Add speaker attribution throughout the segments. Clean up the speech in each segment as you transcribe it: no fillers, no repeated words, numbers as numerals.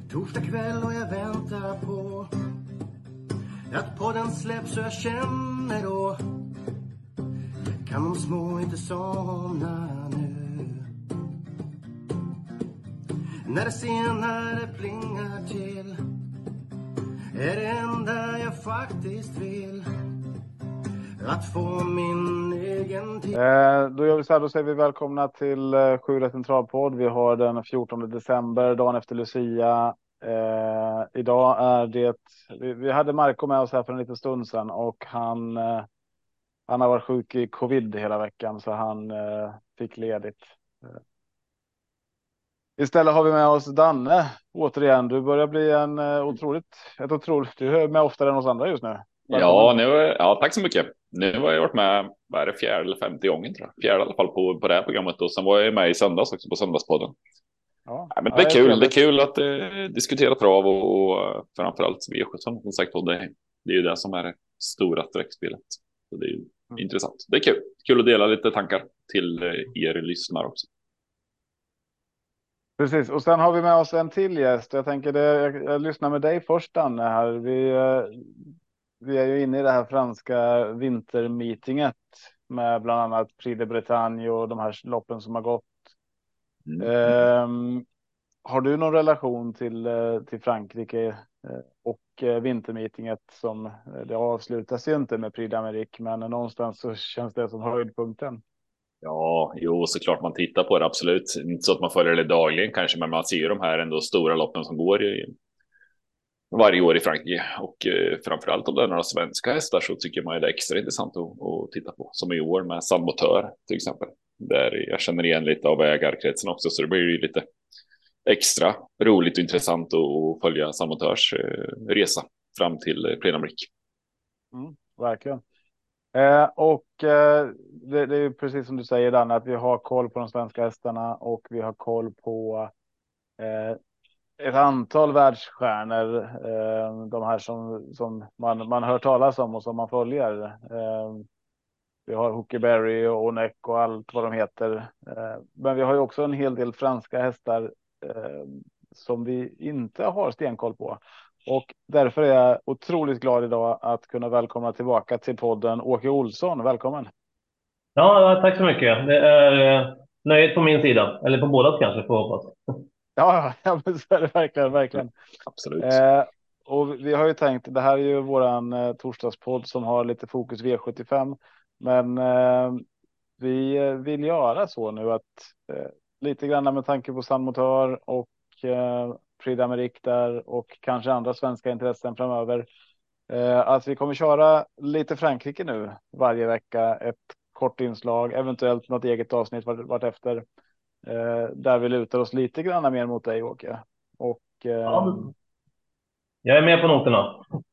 Speaker 1: Torsdag kväll och jag väntar på att podden släpps och jag känner då kan de små inte somna nu. När det senare plingar till är det enda jag faktiskt vill att få min egen tid.
Speaker 2: Då gör vi så här, då säger vi välkomna till 7 Rätt Centralpodd. Vi har den 14 december, dagen efter Lucia. Idag är det, vi hade Marco med oss här för en liten stund sedan och han har varit sjuk i covid hela veckan så han fick ledigt. Istället har vi med oss Danne. Återigen, du börjar bli du är med oftare än oss andra just nu.
Speaker 3: Ja, tack så mycket. Nu har jag varit med, vad är det, 4:e eller 5:e gången tror jag. 4:e i alla fall på det här programmet och sen var jag med i söndags också på Söndagspodden. Ja, men det är kul. Det är kul att diskutera trav och framförallt V75 som sagt. Och det är ju det som är det stora streckspelet. Så det är ju intressant. Det är kul. Kul att dela lite tankar till er lyssnare också.
Speaker 2: Precis, och sen har vi med oss en till gäst. Jag tänker jag lyssnar med dig först, Danne, här. Vi är ju inne i det här franska vintermeetinget med bland annat Prix de Bretagne och de här loppen som har gått. Har du någon relation till Frankrike och vintermeetinget som det avslutas ju inte med Prix d'Amérique, men någonstans så känns det som höjdpunkten.
Speaker 3: Ja, jo, såklart man tittar på det, absolut. Inte så att man följer det dagligen kanske, men man ser ju de här ändå stora loppen som går varje år i Frankrike. Och framförallt om det är några svenska hästar så tycker man ju det är extra intressant att titta på. Som i år med San Motör till exempel. Där jag känner igen lite av ägarkretsen också, så det blir ju lite extra roligt och intressant att följa San Motörs resa fram till Prix d'Amérique.
Speaker 2: Verkligen. Det är ju precis som du säger, Dan, att vi har koll på de svenska hästarna och vi har koll på ett antal världsstjärnor, de här som man hör talas om och som man följer. Vi har Huckleberry och Onek och allt vad de heter. Men vi har ju också en hel del franska hästar som vi inte har stenkoll på. Och därför är jag otroligt glad idag att kunna välkomna tillbaka till podden Åke Olsson. Välkommen!
Speaker 4: Ja, tack så mycket. Det är nöjet på min sida. Eller på båda kanske, får jag hoppas.
Speaker 2: Ja, men så är det verkligen.
Speaker 3: Absolut.
Speaker 2: Och vi har ju tänkt, det här är ju våran torsdagspodd som har lite fokus V75. Men vi vill göra så nu att lite grann med tanke på San Motör och Prix d'Amérique där och kanske andra svenska intressen framöver. Att vi kommer köra lite Frankrike nu varje vecka. Ett kort inslag, eventuellt något eget avsnitt vart efter. Där vi lutar oss lite grann mer mot dig, Åke. Och,
Speaker 4: jag är med på noterna.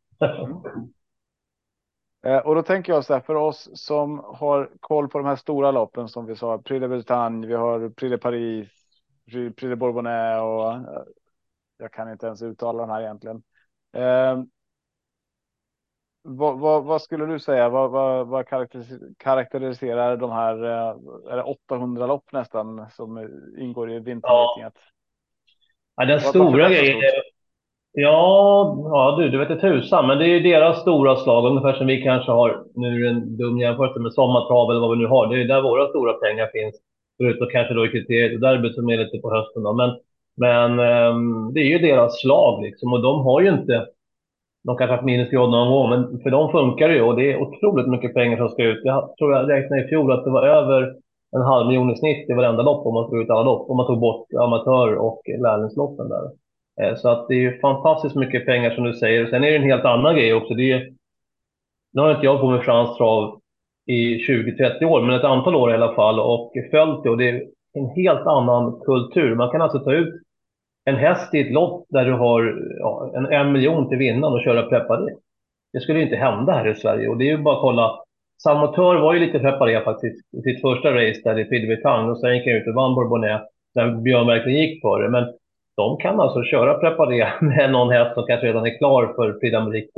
Speaker 2: Och då tänker jag så här, för oss som har koll på de här stora loppen som vi sa, Prix de Bretagne, vi har Prix de Paris, Prix de Bourbonnais och jag kan inte ens uttala de här egentligen. Vad skulle du säga? Vad karaktäriserar de här är det 800 lopp nästan som ingår i vintermeetinget?
Speaker 4: Ja, den stora grejen. Ja, du vet det tusan, men det är ju deras stora slag, ungefär som vi kanske har nu en dum jämförelse med sommartrav eller vad vi nu har. Det är ju där våra stora pengar finns, förutom kanske då i kriteriet och derbyt som är lite på hösten då. Men det är ju deras slag liksom, och de har ju inte, de kanske haft minusgrad någon gång, men för dem funkar det ju och det är otroligt mycket pengar som ska ut. Jag tror jag räknade i fjol att det var över 500 000 i snitt i varenda lopp om man tog ut alla lopp, om man tog bort amatör- och lärlingsloppen där. Så att det är ju fantastiskt mycket pengar som du säger. Och sen är det en helt annan grej också. Nu har inte jag på med fransk trav i 20-30 år, men ett antal år i alla fall och följt det. Och det är en helt annan kultur. Man kan alltså ta ut en häst i ett lopp där du har en miljon till vinnaren och köra preparé. Det skulle ju inte hända här i Sverige. Och det är ju bara att kolla. San Motör var ju lite preparé faktiskt i sitt första race där i Prix de Bretagne. Och sen gick han ut och vann Bourbonnais när Björn verkligen gick för det. Men de kan alltså köra preparé med någon häst som kanske redan är klar för Prix d'Amérique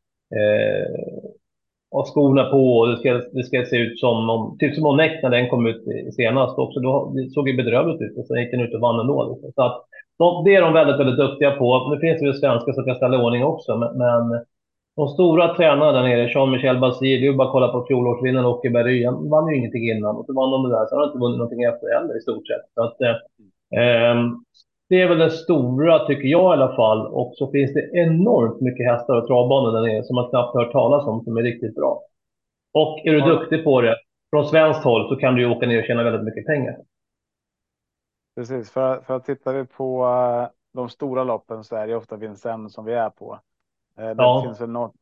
Speaker 4: och skorna på, och det ska se ut som typ som Onek när den kom ut senast också. Då det såg ju bedrövligt ut och så gick den ut och vann ändå. Så att Det är de väldigt, väldigt duktiga på. Nu finns det ju svenskar som kan ställa i ordning också, men de stora tränarna där nere, Jean-Michel Basir, det är ju bara att kolla på fjolårsvinnaren Åke Berry. Han vann ju ingenting innan och så vann de det där, så han har inte vunnit någonting efter heller i stort sett. Så att, det är väl det stora, tycker jag i alla fall. Och så finns det enormt mycket hästar och travbanor där nere som man knappt hört talas om, som är riktigt bra. Och är du duktig på det, från svenskt håll, så kan du ju åka ner och tjäna väldigt mycket pengar.
Speaker 2: Precis, för att tittar vi på de stora loppen så är det ofta Vincennes som vi är på. Det finns väl något,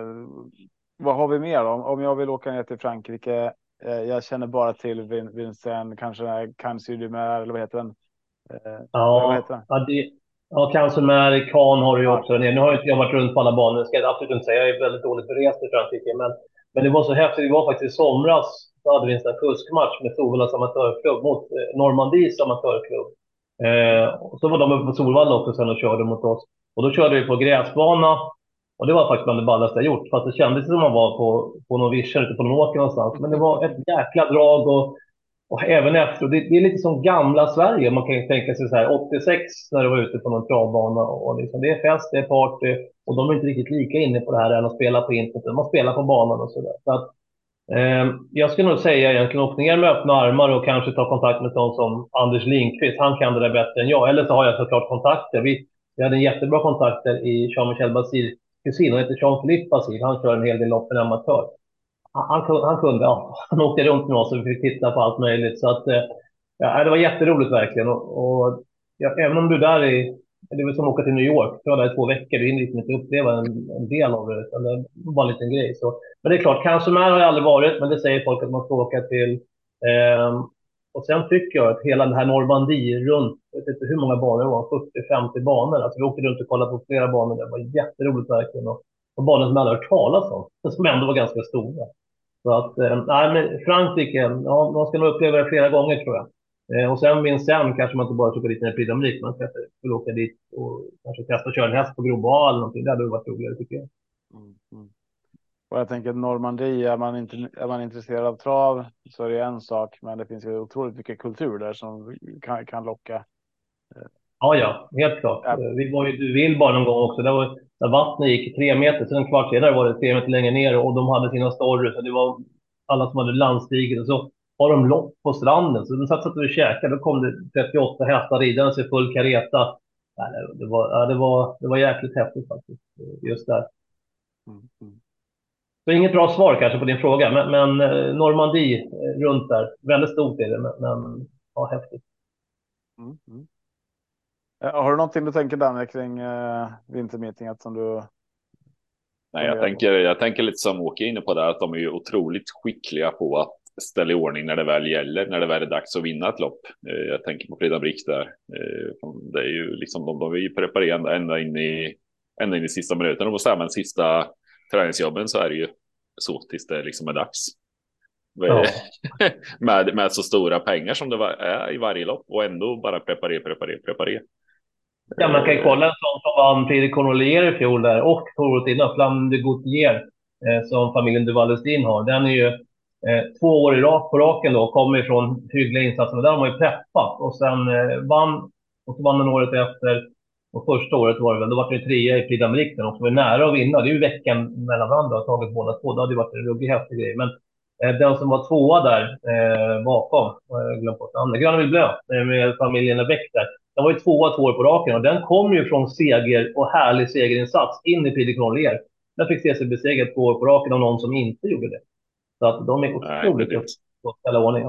Speaker 2: vad har vi mer om jag vill åka ner till Frankrike? Jag känner bara till Vincennes, kanske Cannes du Mer, eller vad heter den? Vad heter den?
Speaker 4: Kanske med Cannes har du ju också. Nu har inte jag varit runt på alla banor, ska jag absolut inte säga. Jag är väldigt dåligt berest i Frankrike. Men det var så häftigt. Det var faktiskt i somras, så hade vi en sån här kuskmatch med Solvallas amatörklubb mot Normandies amatörklubb. Och så var de uppe på Solvalla också sen och körde mot oss. Och då körde vi på gräsbana. Och det var faktiskt bland det ballaste jag gjort. Fast det kändes som man var på någon vischar ute på någon åker någonstans. Men det var ett jäkla drag och även efter. Det är lite som gamla Sverige. Man kan ju tänka sig så här 86 när det var ute på någon travbana. Och liksom, det är fest, det är party. Och de är inte riktigt lika inne på det här än att spela på internet. Man spelar på banan och sådär. Så att, jag skulle nog säga egentligen åka ner med öppna armar och kanske ta kontakt med någon som Anders Lindqvist. Han kan det där bättre än jag. Eller så har jag såklart kontakter. Vi hade en jättebra kontakter i Jean-Michel Basir kusin. Han heter Jean-Philippe Basir. Han kör en hel del lopp en amatör. Han kunde, han åkte runt med oss och vi fick titta på allt möjligt. Så att, det var jätteroligt verkligen. Och även om du är där det är väl som att åka till New York. Jag var där i 2 veckor. Du hinner liksom inte uppleva en del av det. Utan det var en liten grej. Så. Men det är klart, kanske med har jag aldrig varit. Men det säger folk att man ska åka till. Och sen tycker jag att hela den här Normandie runt, jag vet inte hur många banor det var, 40-50 banor. Alltså vi åkte runt och kollade på flera banor. Det var jätteroligt verkligen. Och banor som alla hört talas om. Som ändå var ganska stora. Så att, nej men Frankrike, ja, man ska nog uppleva det flera gånger tror jag. Och sen Vincennes kanske man inte bara ska åka dit när det är Prix d'Amérique. Man skulle åka dit och kanske testa att köra en häst på Grobal eller någonting. Det hade varit roligare tycker jag.
Speaker 2: Och jag tänker att Normandie, är man intresserad av trav så är det en sak. Men det finns ju otroligt mycket kultur där som kan locka.
Speaker 4: Ja, helt klart. Vi var ju vill bara någon gång också. Det var när vattnet gick 3 meter, sen en kvart senare var det 3 meter längre ner och de hade sina stories. Så det var alla som hade landstigit och så har de lopp på stranden. Så de satt och käkade. Då kom det 38 hästar ridandes i full kareta. Det var jäkligt häftigt faktiskt. Just där. Så inget bra svar kanske på din fråga. Men Normandie runt där. Väldigt stort är det. Men ja, häftigt.
Speaker 2: Har du någonting du tänker Danne kring vintermeetinget som du...
Speaker 3: Nej, jag tänker lite som Åke inne på det, att de är ju otroligt skickliga på att ställa i ordning när det väl gäller, när det väl är dags att vinna ett lopp. Jag tänker på Prix d'Amérique där. Det är ju liksom, de är ju preparerade ända in i sista minuten. Och men sista träningsjobben så är det ju så tills det liksom är dags. Ja. med så stora pengar som det är i varje lopp och ändå bara preparera.
Speaker 4: Ja, man kan ju kolla en sån som vann Prix de Cornolier i fjol där och året innan, Flamme de Gautier, som familjen de Vallestin har. Den är ju 2 år på raken då, kommer ifrån hyggliga insatser. Men där har man ju preppat och sen vann den året efter. Och första året var det väl, då var det 3 i Prix d'Amérique och så var det nära att vinna. Det är ju veckan mellan varandra och tagit båda 2. Det hade ju varit en ruggig häftig grej. Men den som var 2 där bakom, jag glömde bort namnet, Gröna vill blö, med familjen Lebec där. Den var ju 2 år på raken och den kom ju från seger och härlig segerinsats in i Prix de Cornolier. Den fick se sig besegrad 2 år på raken av någon som inte gjorde det. Så att de är otroligt att ställa ordning.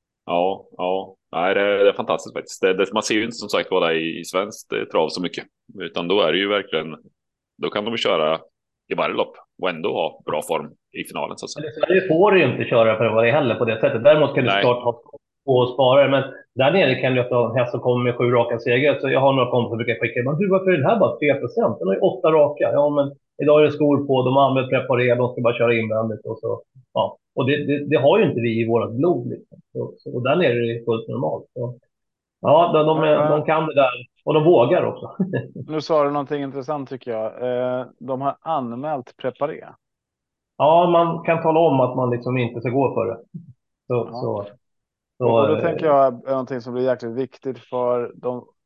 Speaker 3: Ja. Nej, det är fantastiskt faktiskt. Man ser ju inte som sagt vad det är i svenskt trav så mycket. Utan då är det ju verkligen, då kan de köra i varje lopp och ändå ha bra form i finalen så att säga.
Speaker 4: Sverige får ju inte köra för vad det är heller på det sättet. Däremot kan du såklart ha två sparare. Men där nere kan du ha en häst som kommer med 7 raka segrar. Så jag har några kompisar som brukar skicka. Men du, varför är det här bara 3%? Den har ju 8 raka. Ja, men idag är det skor på. De använder preparerade. De ska bara köra invändigt. Och så, ja. Och det har ju inte vi i vårt blod. Liksom. Och där nere är det fullt normalt. Så. Ja, de kan det där. Och de vågar också.
Speaker 2: Nu sa du någonting intressant tycker jag. De har anmält preparé.
Speaker 4: Ja, man kan tala om att man liksom inte ska gå för det. Så,
Speaker 2: och då tänker jag någonting som blir jäkligt viktigt för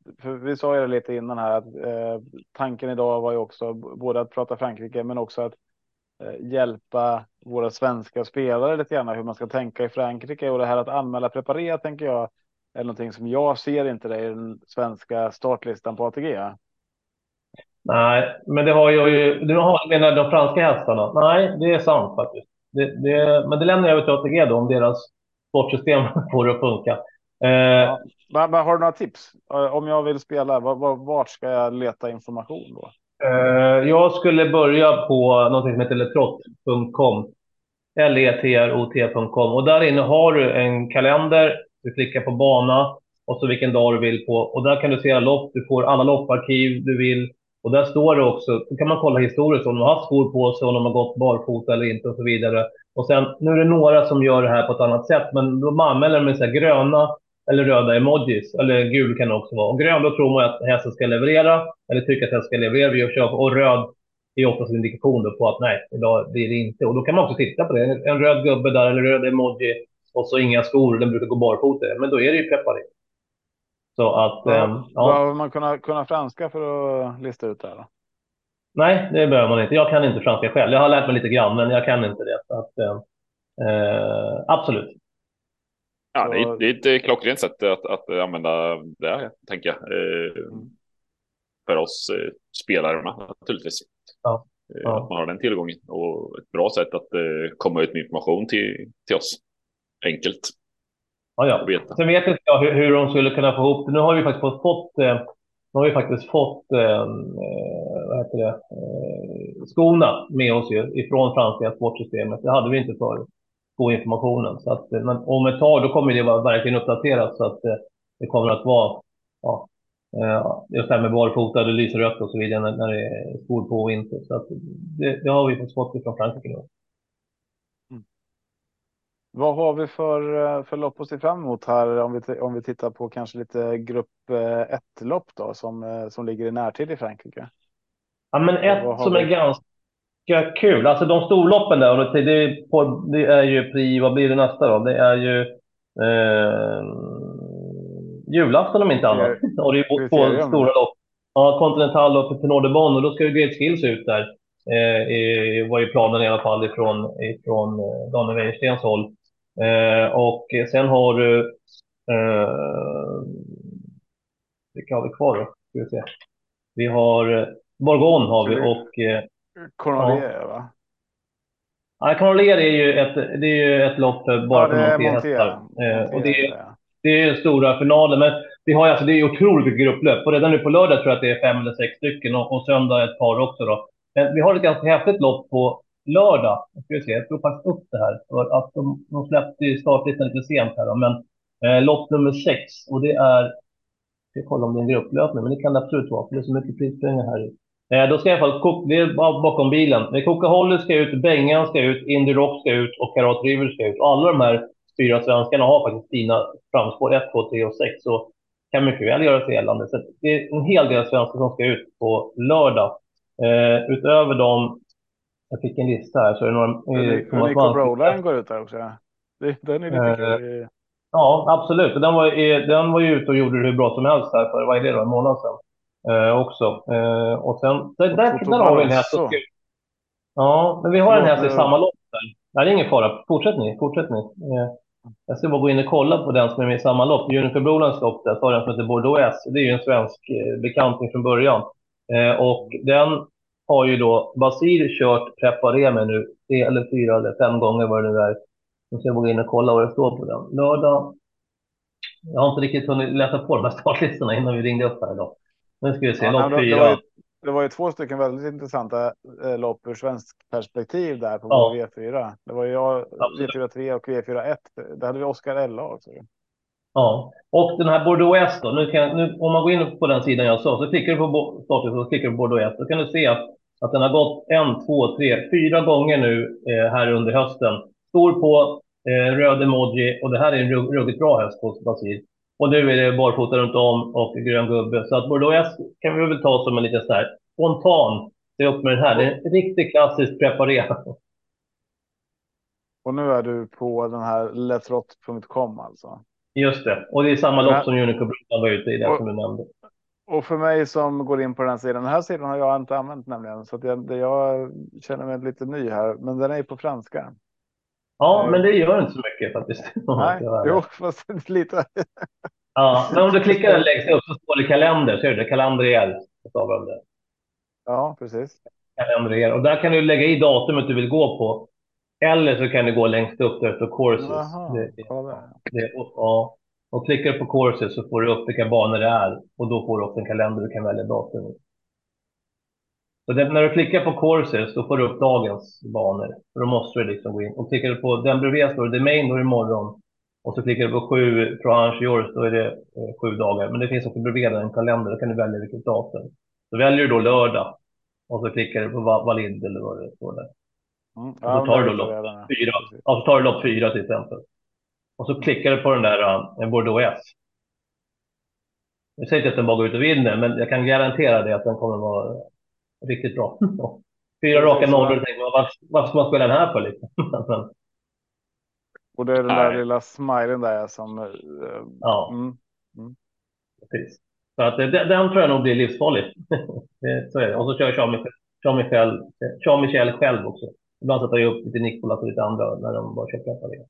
Speaker 2: för vi sa ju det lite innan här att tanken idag var ju också både att prata Frankrike men också att hjälpa våra svenska spelare lite grann hur man ska tänka i Frankrike, och det här att anmäla preparera tänker jag är någonting som jag ser inte det i den svenska startlistan på ATG.
Speaker 4: Nej, men det har ju, du menar de franska hästarna? Nej, det är sant faktiskt. Men det lämnar jag över till ATG då, om deras sportsystem får det att funka.
Speaker 2: Ja. Men har du några tips? Om jag vill spela, vart ska jag leta information då?
Speaker 4: Jag skulle börja på något som heter letrot.com. letrot.com. Och där inne har du en kalender. Du klickar på bana och så vilken dag du vill på. Och där kan du se alla lopp. Du får alla lopparkiv du vill. Och där står det också, då kan man kolla historiskt om de har haft skor på sig, om de har gått barfota eller inte och så vidare. Och sen, nu är det några som gör det här på ett annat sätt, men då anmäler de med så här gröna eller röda emojis, eller gul kan det också vara. Och grön, då tror man att hästen ska leverera, eller tycker att hästen ska leverera vid att köpa. Och röd är oftast en indikation på att nej, idag blir det inte. Och då kan man också titta på det. En röd gubbe där, eller röd emoji, och så inga skor, den brukar gå barfota. Men då är det ju preparat. Så att, ja.
Speaker 2: Behöver man kunna franska för att lista ut det här då?
Speaker 4: Nej, det behöver man inte. Jag kan inte franska själv. Jag har lärt mig lite grann, men jag kan inte det. Så att, absolut.
Speaker 3: Ja, det är ett klockrent sätt att använda det här, tänker jag. För oss spelarna naturligtvis.
Speaker 4: Ja.
Speaker 3: Att man har den tillgången. Och ett bra sätt att komma ut med information till oss. Enkelt.
Speaker 4: Ja. Sen vet inte jag hur de skulle kunna få ihop det. Nu har vi faktiskt fått vad heter det, skorna med oss ifrån franska sportsystemet. Det hade vi inte förut på informationen. Så att, men om ett tag då kommer det vara verkligen uppdaterat, så att det kommer att vara just det här med barfota, det lyser rött och så vidare när det är skor på och inte. Så att det har vi fått ifrån Frankrike nu.
Speaker 2: Vad har vi för lopp att se fram emot här om vi tittar på kanske lite grupp 1-lopp då som ligger i närtid i Frankrike?
Speaker 4: Ja, men ett som är ganska kul, alltså de storloppen där, det är ju vad blir det nästa då? Det är ju julafton om inte annat. Och det är två stora lopp. Ja, Continental och Pinot de Bon, och då ska ju Great Skills ut där. Var ju planen i alla fall ifrån Daniel Wäjerstens håll. Och sen har du vilka har vi kvar då? Ska vi se. Vi har Bourgogne har vi och
Speaker 2: Cornolier, va?
Speaker 4: Ja, Cornolier är ju ett lopp bara för Monté-hästar. Och det är stora finaler, men vi har alltså, det är otroligt mycket grupplöp. Och redan nu på lördag tror jag att det är 5 eller 6 stycken och söndag ett par också då. Men vi har ett ganska häftigt lopp på lördag. Jag tror faktiskt upp det här. För att de släppte startlistan lite sent här då. Men lopp nummer 6, och det är, jag ska kolla om det är en grupplöpning, men det kan det absolut vara, för det är så mycket prispengar här. Då ska i alla fall, det är bakom bilen. Coca Holly ska ut, Bengan ska ut, Indy Rock ska ut och Karat River ska ut. Och alla de här 4 svenskarna har faktiskt sina framspår 1, 2, 3 och 6. Så kan mycket väl göra sig gällande. Så det är en hel del svenskar som ska ut på lördag. Utöver dem, jag fick en lista här, så är det några...
Speaker 2: Nico Broline går ut där också. Den är lite kul.
Speaker 4: Ja, absolut. Den var ju ute och gjorde det hur bra som helst där för, vad är det då, en månad sedan. Också. Och sen, där har vi en häst. Ja, men vi har en häst i samma lopp där. Nej, det är ingen fara. Fortsätt ni. Jag ska bara gå in och kolla på den som är med i samma lopp. Juniper Brolans lopp där, den som heter Bordeaux S. Det är ju en svensk bekanting från början. Och den har ju då Basir kört preparé med nu 3 eller 4 eller 5 gånger vad det nu är. Nu ska jag gå in och kolla vad det står på den. Lördag. Jag har inte riktigt hunnit läsa på de här startlistorna innan vi ringde upp här idag. Nu ska vi se, lopp 4.
Speaker 2: Det var ju 2 stycken väldigt intressanta lopp ur svensk perspektiv där på V4. Det var ju V4 3 och V4 1. Där hade vi Oscar Ella också.
Speaker 4: Ja, och den här Bordeaux S då. Nu, om man går in på den sidan jag sa, så klickar du på starten och klickar på Bordeaux S. Då kan du se att den har gått 1, 2, 3, 4 gånger nu här under hösten. Stor på röd emoji, och det här är en ruggigt bra häst på Basir. Och nu är det barfota runt om och grön gubbe. Så att Bordeaux S kan vi väl ta som en liten sån här spontan. Se upp med den här. Det är en riktigt klassisk preparé.
Speaker 2: Och nu är du på den här letrot.com alltså.
Speaker 4: Just det. Och det är samma lopp som Unico Brutan var ute i, det som du nämnde.
Speaker 2: Och för mig som går in på den här sidan har jag inte använt nämligen. Så att jag känner mig lite ny här. Men den är ju på franska.
Speaker 4: Ja, men det gör inte så mycket faktiskt. Om man ska
Speaker 2: Nej,
Speaker 4: vara ärlig.
Speaker 2: jo, fast lite.
Speaker 4: Ja, men om du klickar den längst upp så står det kalender. Ser du det? Kalendrier.
Speaker 2: Ja, precis.
Speaker 4: Kalendrier. Och där kan du lägga i datumet du vill gå på. Eller så kan du gå längst upp där det står courses.
Speaker 2: Jaha, kolla där.
Speaker 4: Och klickar du på courses så får du upp vilka banor det är. Och då får du upp en kalender du kan välja datum. Så när du klickar på courses då får du upp dagens banor. För då måste du liksom gå in. Och klickar du på den bredvid står det main, då är det imorgon. Och så klickar du på 7 tranche yours, då är det 7 dagar. Men det finns också bredvid en kalender, då kan du välja vilket datum. Så väljer du då lördag. Och så klickar du på valid eller vad det står där. Och
Speaker 2: Ja,
Speaker 4: så tar du då
Speaker 2: men
Speaker 4: lopp
Speaker 2: det är
Speaker 4: 4.
Speaker 2: precis.
Speaker 4: Ja, så tar du lopp 4 till exempel. Och så klickar du på den där Bordeaux S. Jag säger inte att den bara går ut och vinner, men jag kan garantera det att den kommer vara riktigt bra. 4 raka
Speaker 2: Precis,
Speaker 4: nollor, varför ska man spela den här för liksom?
Speaker 2: Och det är den där
Speaker 3: Nej.
Speaker 2: lilla smilen där som...
Speaker 4: Ja,
Speaker 2: mm.
Speaker 4: precis. Så att den tror jag nog blir livsfarlig. Så är det. Och så kör Jean-Michel själv också. Ibland sätter jag upp lite Nicolas och lite andra när de bara kör preparerat.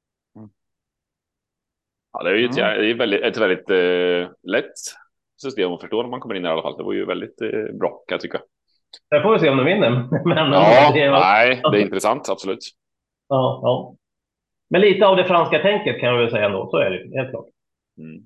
Speaker 3: Ja, det är ju ett väldigt lätt system att förstå när man kommer in i alla fall. Det var ju väldigt bra kan jag tycka.
Speaker 4: Jag får vi se om de vinner. Men,
Speaker 3: Ja, nej, det är intressant, absolut.
Speaker 4: Ja. Men lite av det franska tänket kan jag väl säga ändå. Så är det helt klart.
Speaker 3: Mm.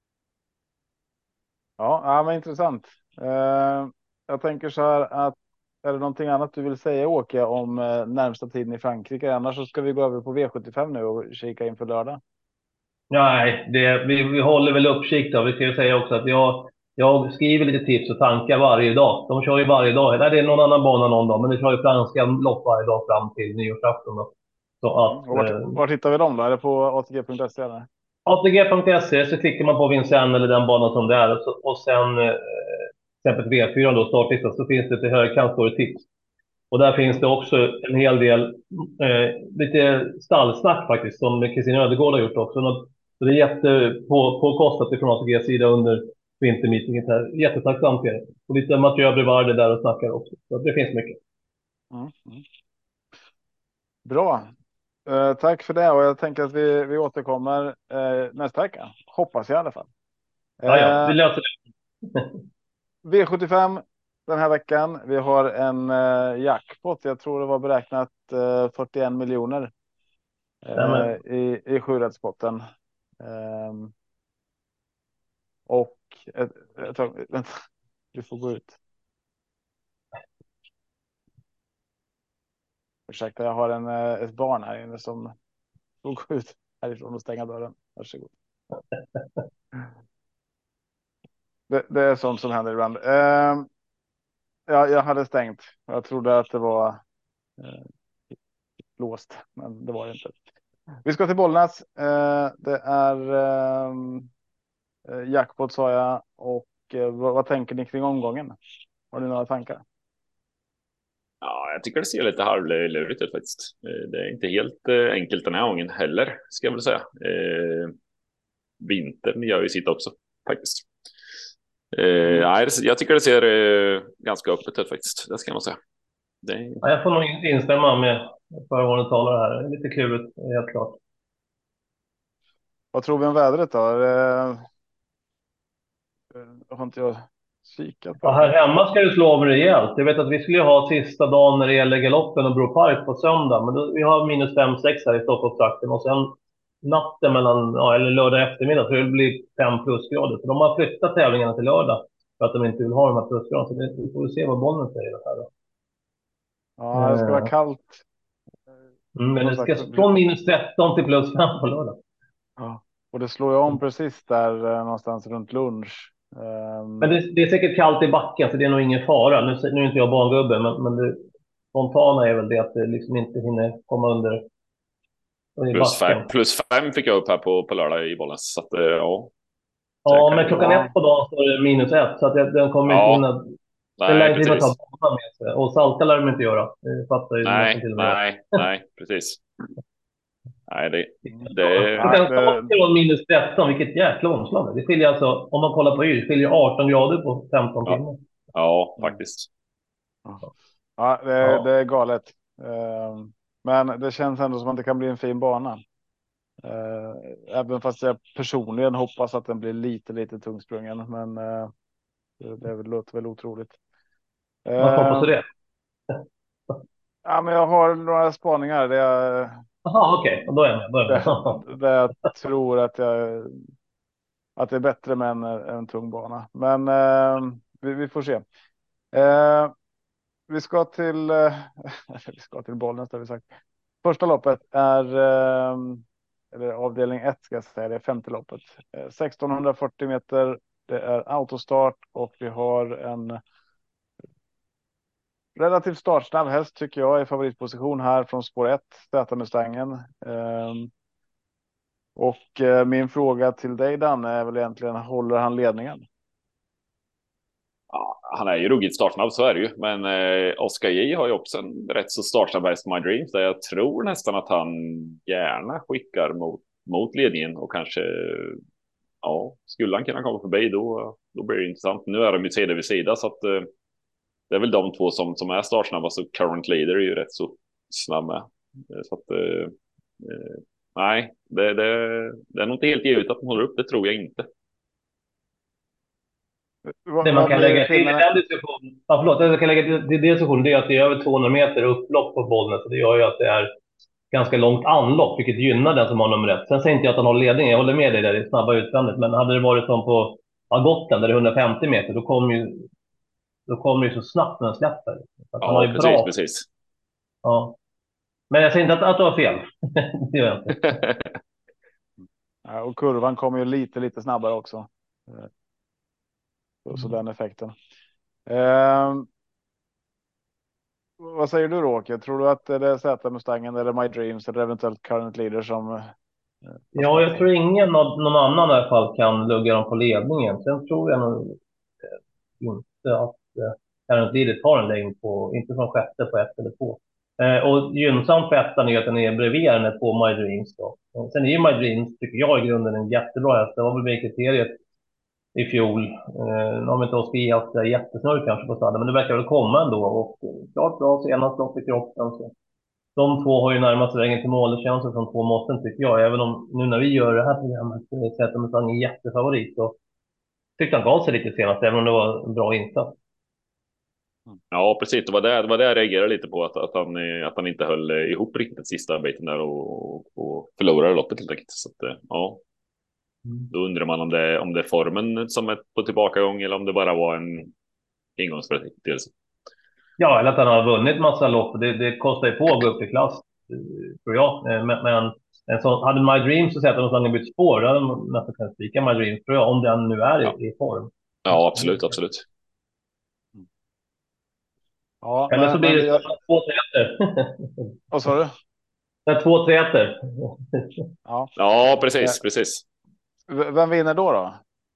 Speaker 2: Ja, men intressant. Jag tänker så här att är det någonting annat du vill säga Åke om närmsta tiden i Frankrike? Annars så ska vi gå över på V75 nu och kika inför lördag.
Speaker 4: Nej, vi håller väl uppsikt då. Vi ska ju säga också att jag skriver lite tips och tankar varje dag. De kör ju varje dag. Nej, det är någon annan bana någon dag, men det kör ju franska lopp varje dag fram till nyårsafton. Så att,
Speaker 2: Och vart hittar vi dem då? Är det på ATG.se eller?
Speaker 4: ATG.se så klickar man på Vincennes eller den banan som det är. Och sen till exempel V4 då, startlista, så finns det till högerkant står det tips. Och där finns det också en hel del lite stallsnack faktiskt som Kristina Ödegård har gjort också. Så det är jättepåkostat ifrån ATGs sida under vintermeetinget här. Jättetacksamt för det. Och lite Mathieu Brevarde där och snackar också. Så det finns mycket.
Speaker 2: Bra. Tack för det och jag tänker att vi återkommer nästa vecka. Hoppas jag i alla fall.
Speaker 4: Ja, vi löser det.
Speaker 2: V75 den här veckan. Vi har en jackpot. Jag tror det var beräknat 41 miljoner i sjurättspotten. Och vänta, du får gå ut. Ursäkta, jag har ett barn här inne som får gå ut härifrån och stänga dörren. Varsågod. Det är sånt som händer ibland. Jag hade stängt. Jag trodde att det var låst, men det var det inte. Vi ska till Bollnäs. Det är jackpot sa jag. Och vad tänker ni kring omgången? Har ni några tankar?
Speaker 3: Ja, jag tycker det ser lite halvlurigt ut faktiskt. Det är inte helt enkelt den här gången heller, ska jag väl säga. Vintern gör ju sitt också, faktiskt. Jag tycker det ser ganska öppet ut faktiskt, det ska man säga.
Speaker 4: Ja, jag får nog instämma med föregående talare här. Det är lite klurigt, helt klart.
Speaker 2: Vad tror vi om vädret då? Har inte jag kikat på?
Speaker 4: Ja, här hemma ska det slå om rejält. Jag vet att vi skulle ha sista dagen när det gäller galoppen och Bro Park på söndag. Men vi har minus 5-6 här i Stockholmstrakten. Och sen natten eller lördag eftermiddag så det blir 5 plusgrader. Så de har flyttat tävlingarna till lördag för att de inte vill ha de här plusgraderna. Så vi får se vad bollen säger här då.
Speaker 2: Ja, det ska vara kallt.
Speaker 4: Men det ska från minus 13 till plus 5 på lördag.
Speaker 2: Ja, och det slår ju om precis där någonstans runt lunch.
Speaker 4: Men det är säkert kallt i backen så det är nog ingen fara. Nu är inte jag barngubbe men det spontana är väl det att det liksom inte hinner komma under
Speaker 3: plus 5 fick jag upp här på lördag i Bollnäs. Så att, ja.
Speaker 4: Ja, men klockan 1 på dagen står det minus 1 så att den kommer inte hinna. Den lär inte ta banan med sig. Och salta lär de inte göra.
Speaker 3: Nej, precis. Nej, det
Speaker 4: Och sen starten minus 13, vilket jäkla omslag. Det skiljer alltså, om man kollar på yr, skiljer 18 grader på 15 timmar.
Speaker 3: Ja, faktiskt.
Speaker 2: Ja, det är galet. Men det känns ändå som att det kan bli en fin bana. Även fast jag personligen hoppas att den blir lite tungsprungen. Men det låter väl otroligt.
Speaker 4: Vad hoppas du det?
Speaker 2: Ja, men jag har några spaningar.
Speaker 4: Jaha, okej. Då är jag med.
Speaker 2: Där jag tror att det är bättre med en tung bana. Men vi får se. Vi ska till Bollnäs, har vi sagt. Första loppet är eller avdelning 1 ska jag säga, det är 50 loppet. 1640 meter, det är autostart och vi har en relativt startsnabb häst tycker jag i favoritposition här från spår 1, Z-Mustangen. Och min fråga till dig Dan är väl egentligen, håller han ledningen?
Speaker 3: Ja, han är ju ruggigt startsnabb, så är det ju. Men Oscar J har ju också en rätt så startsnabb häst, My Dreams, där jag tror nästan att han gärna skickar mot ledningen och kanske, ja, skulle han kunna komma förbi då blir det intressant. Nu är de ju sida vid sida, så att det är väl de två som är startsnabbast, och Current Leader är ju rätt så snabb med. Så att nej, det är nog inte helt givet att de håller upp, det tror jag inte.
Speaker 4: Det man kan lägga till den diskussionen, det kan lägga till diskussionen, det är att det är över 200 meter upplopp på Bollnäs, så det gör ju att det är ganska långt anlopp, vilket gynnar den som har nummer 1. Sen säger inte jag att han har ledning, jag håller med dig där, det är snabba utvändigt, men hade det varit som på Gotland där det är 150 meter, då kommer ju så snabbt när den släpper.
Speaker 3: Ja, precis.
Speaker 4: Ja. Men jag säger inte att du har fel. Det gör jag inte.
Speaker 2: Ja, och kurvan kommer ju lite snabbare också. Så den effekten. Vad säger du Roger? Tror du att det är Z-Mustangen eller My Dreams eller eventuellt Current Leader som...
Speaker 4: Ja, jag tror någon annan i alla fall kan lugga dem på ledningen. Sen tror jag nog inte att Current Leader tar en längd på, inte från sjätte på 1 eller 2. Och gynnsamt för ettan är att den är bredvid henne på My Dreams då. Sen är ju My Dreams, tycker jag, i grunden en jättebra häst. Det var väl med kriteriet i fjol. Nu har vi inte Oskar haft det jättesnurr kanske på staden, men det verkar väl komma ändå. Och klart bra senast lopp i kroppen. Så. De två har ju närmast vägen till mål. Det känns som 2 måsten tycker jag. Även om nu när vi gör det här programmet Z-Mustang är jättefavorit. Så tyckte han gav sig lite senast, även om det var en bra insats.
Speaker 3: Ja, precis. Det var det jag reagerade lite på, att han inte höll ihop riktigt sista biten där och förlorade loppet helt enkelt. Så att, ja. Då undrar man om det är formen som är på tillbakagång eller om det bara var en engångsföreteelse.
Speaker 4: Ja, eller att han har vunnit massa lopp. Det kostar ju på att gå upp i klass, tror jag. Men en sån, hade My Dreams så att de bytt spår, då hade de nästan kunnat spika My Dreams, tror jag, om den nu är i form.
Speaker 3: Ja, absolut.
Speaker 4: Ja, eller så blir det 2 träter.
Speaker 2: Vad sa du?
Speaker 4: Det är 2 träter.
Speaker 3: Ja, precis.
Speaker 2: Vem vinner då?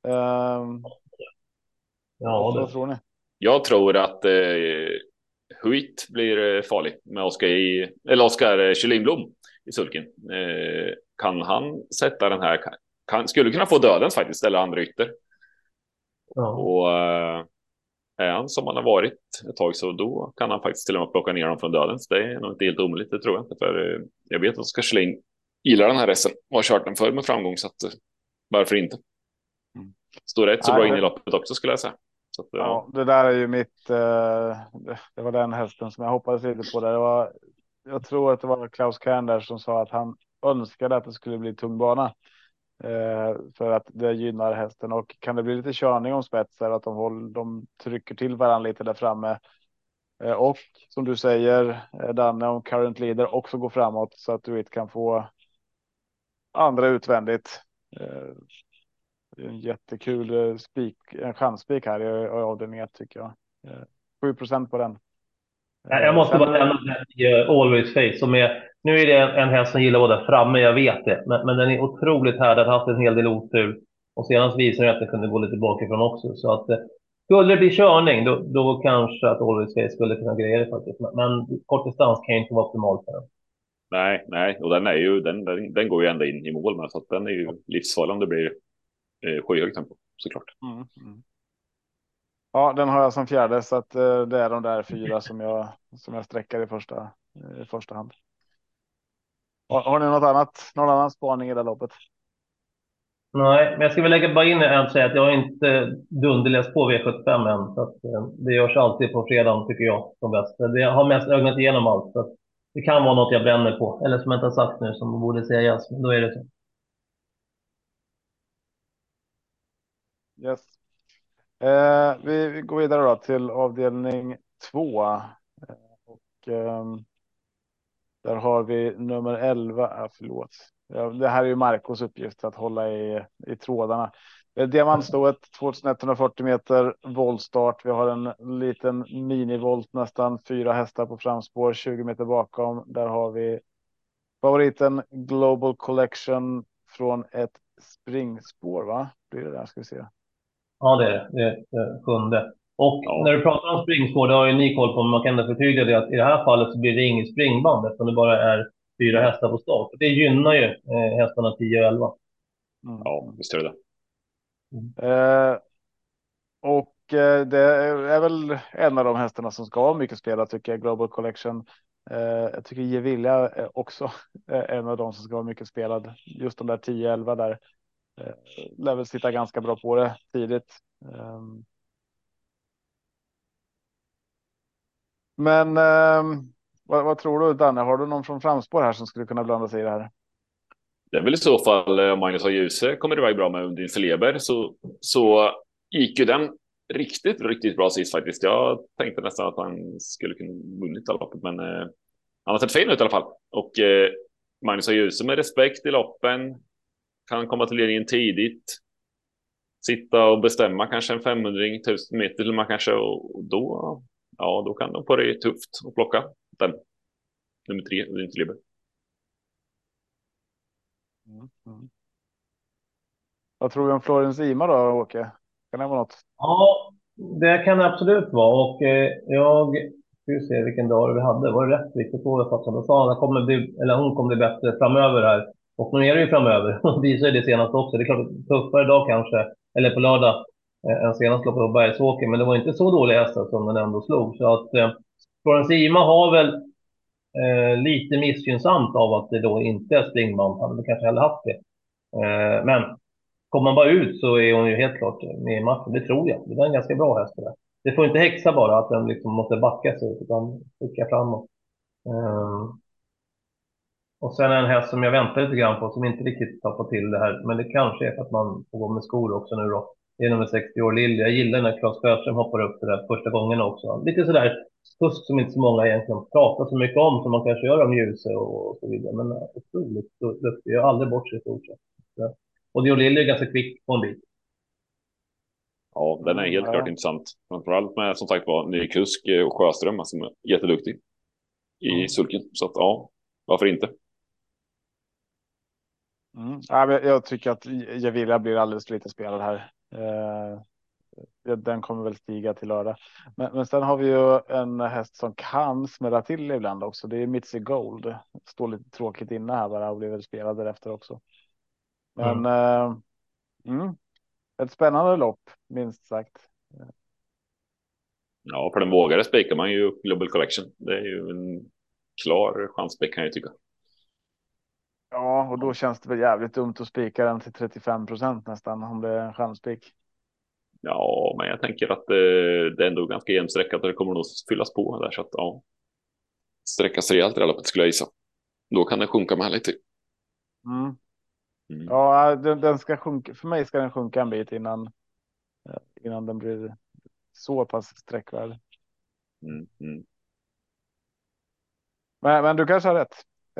Speaker 4: Ja,
Speaker 2: vad tror ni?
Speaker 3: Jag tror att Huit blir farlig med Oskar Kyllinblom i sulken. Kan han sätta den här, skulle kunna få dödens faktiskt, eller andra ytter. Ja. Och är han som han har varit ett tag, så då kan han faktiskt till och med plocka ner dem från dödens. Det är nog inte helt omöjligt, det tror jag inte. För jag vet att Oskar Kylling gillar den här resten och har kört den förr med framgång, så att varför inte? Står rätt så bra in i loppet också, skulle jag säga. Så att,
Speaker 2: ja, det där är ju mitt... det var den hästen som jag hoppades lite på. Där. Jag tror att det var Klaus Kern där som sa att han önskade att det skulle bli tung bana. För att det gynnar hästen. Och kan det bli lite körning om spetsar, att de trycker till varandra lite där framme. Och som du säger, Danne, om Current Leader också går framåt, så att du inte kan få andra utvändigt. En jättekul en chansspik här i avdelning 1 tycker jag. 7% på den.
Speaker 4: Jag måste bara nämna Always Face som är, nu är det en häst som gillar att vara där framme, jag vet det, men den är otroligt härlig, har haft en hel del otur och senast visade det att den kunde gå lite bakifrån också, så att skulle det bli körning då kanske att Always Face skulle kunna greja det faktiskt, men kort distans kan ju inte vara optimalt för den.
Speaker 3: Nej, och den är ju den går ju ända in i mål med, så att den är ju livsfarlig om det blir skyhögt tempo, såklart.
Speaker 2: Mm. Ja, den har jag som fjärde, så att det är de där 4 som jag sträcker i första hand. Har ni någon annan spaning i det loppet?
Speaker 4: Nej, men jag ska väl lägga bara in en och säga att jag har inte dunderläst på V75 än. Så att, det görs alltid på fredagen tycker jag som bäst. Jag har mest ögnat igenom allt. Så att det kan vara något jag bränner på. Eller som jag inte har sagt nu som borde sägas. Men då är det så.
Speaker 2: Yes. Vi går vidare då till avdelning 2. Och där har vi nummer 11. Förlåt. Ja, det här är ju Marcos uppgift att hålla i trådarna. Diamantstået 2140 meter voltstart. Vi har en liten minivolt, nästan 4 hästar på framspår, 20 meter bakom. Där har vi favoriten Global Collection från ett springspår, va? Blir det där, ska vi se.
Speaker 4: Ja, det är det. Det är det sjunde. Och
Speaker 3: Ja.
Speaker 4: när du pratar om springspår, det har ju ni koll på. Men man kan ändå förtydliga det att i det här fallet så blir det inget springband. Eftersom det bara är 4 hästar på start. Det gynnar ju hästarna 10 och 11.
Speaker 3: Ja, visst är det.
Speaker 2: Det är väl en av de hästarna som ska ha mycket spela, tycker jag, Global Collection. Jag tycker Gevilja också är en av de som ska vara mycket spelad. Just de där 10-11 där lär väl sitta ganska bra på det tidigt. Men vad tror du, Danne? Har du någon från framspår här som skulle kunna blanda sig i det här?
Speaker 3: Det är väl i så fall Magnus och Ljuse kommer iväg bra med Undin Celeber, så gick ju den riktigt bra sist faktiskt. Jag tänkte nästan att han skulle kunna vunnit loppet, men han har sett fin ut i alla fall. Och Magnus och Ljuse med respekt i loppen kan komma till ledningen tidigt. Sitta och bestämma kanske en 500 1000 meter till man kanske, och då kan de på det tufft och plocka den. Nummer 3, Undin Celeber.
Speaker 2: Vad tror du om Florens Ima då, Åke? Kan det vara något?
Speaker 4: Ja, det kan det absolut vara. Och jag ska se vilken dag vi hade. Var det rätt riktigt på det? Då sa han att hon kommer bli bättre framöver här. Och nu är det ju framöver. Och visar ju det senaste också. Det är klart tuffare dag kanske. Eller på lördag. Än senast loppet på Bergsåker. Men det var inte så dåliga hästar som den ändå slog. Så att Florence Ima har väl lite missgynnsamt av att det då inte är springband. Han hade kanske hellre haft det. Men kommer man bara ut så är hon ju helt klart med i matchen. Det tror jag. Det är en ganska bra häst där. Det får inte häxa bara att den liksom måste backa sig utan skicka framåt. Och sen en häst som jag väntar lite grann på som inte riktigt tappar till det här. Men det kanske är för att man får gå med skor också nu då. Det är nummer 60 år Lill. Jag gillar när Claes Sjöström hoppar upp det där första gången också. Lite sådär fusk som inte så många egentligen pratar så mycket om som man kanske gör om Ljuse och så vidare. Men otroligt duktig. Jag har aldrig bort sig i stort sett. Och Diolill är ganska kvick på en bit.
Speaker 3: Ja, den är helt klart intressant. Framförallt med, som sagt var, ny kusk och Sjöström som är jätteduktig i sulken. Så att ja, varför inte?
Speaker 2: Ja, jag tycker att Gevilja blir alldeles för lite spelad här. Den kommer väl stiga till lördag. Men sen har vi ju en häst som kan smälla till ibland också. Det är Mitzi Gold. Står lite tråkigt inne här bara och blir väl spelad därefter också. Men ett spännande lopp, minst sagt.
Speaker 3: Ja, för den vågare spikar man ju Global Collection. Det är ju en klar chansspik kan jag tycka.
Speaker 2: Ja, och då känns det väl jävligt dumt att spika den till 35% nästan om det är en chansspik.
Speaker 3: Ja, men jag tänker att det är ändå ganska jämnsträckat och det kommer nog fyllas på där, så att ja. Sträckas rejält i det här loppet skulle jag gissa. Då kan den sjunka med lite.
Speaker 2: Ja, den ska sjunka. För mig ska den sjunka en bit innan den blir så pass sträckvärd. Men du kanske har rätt.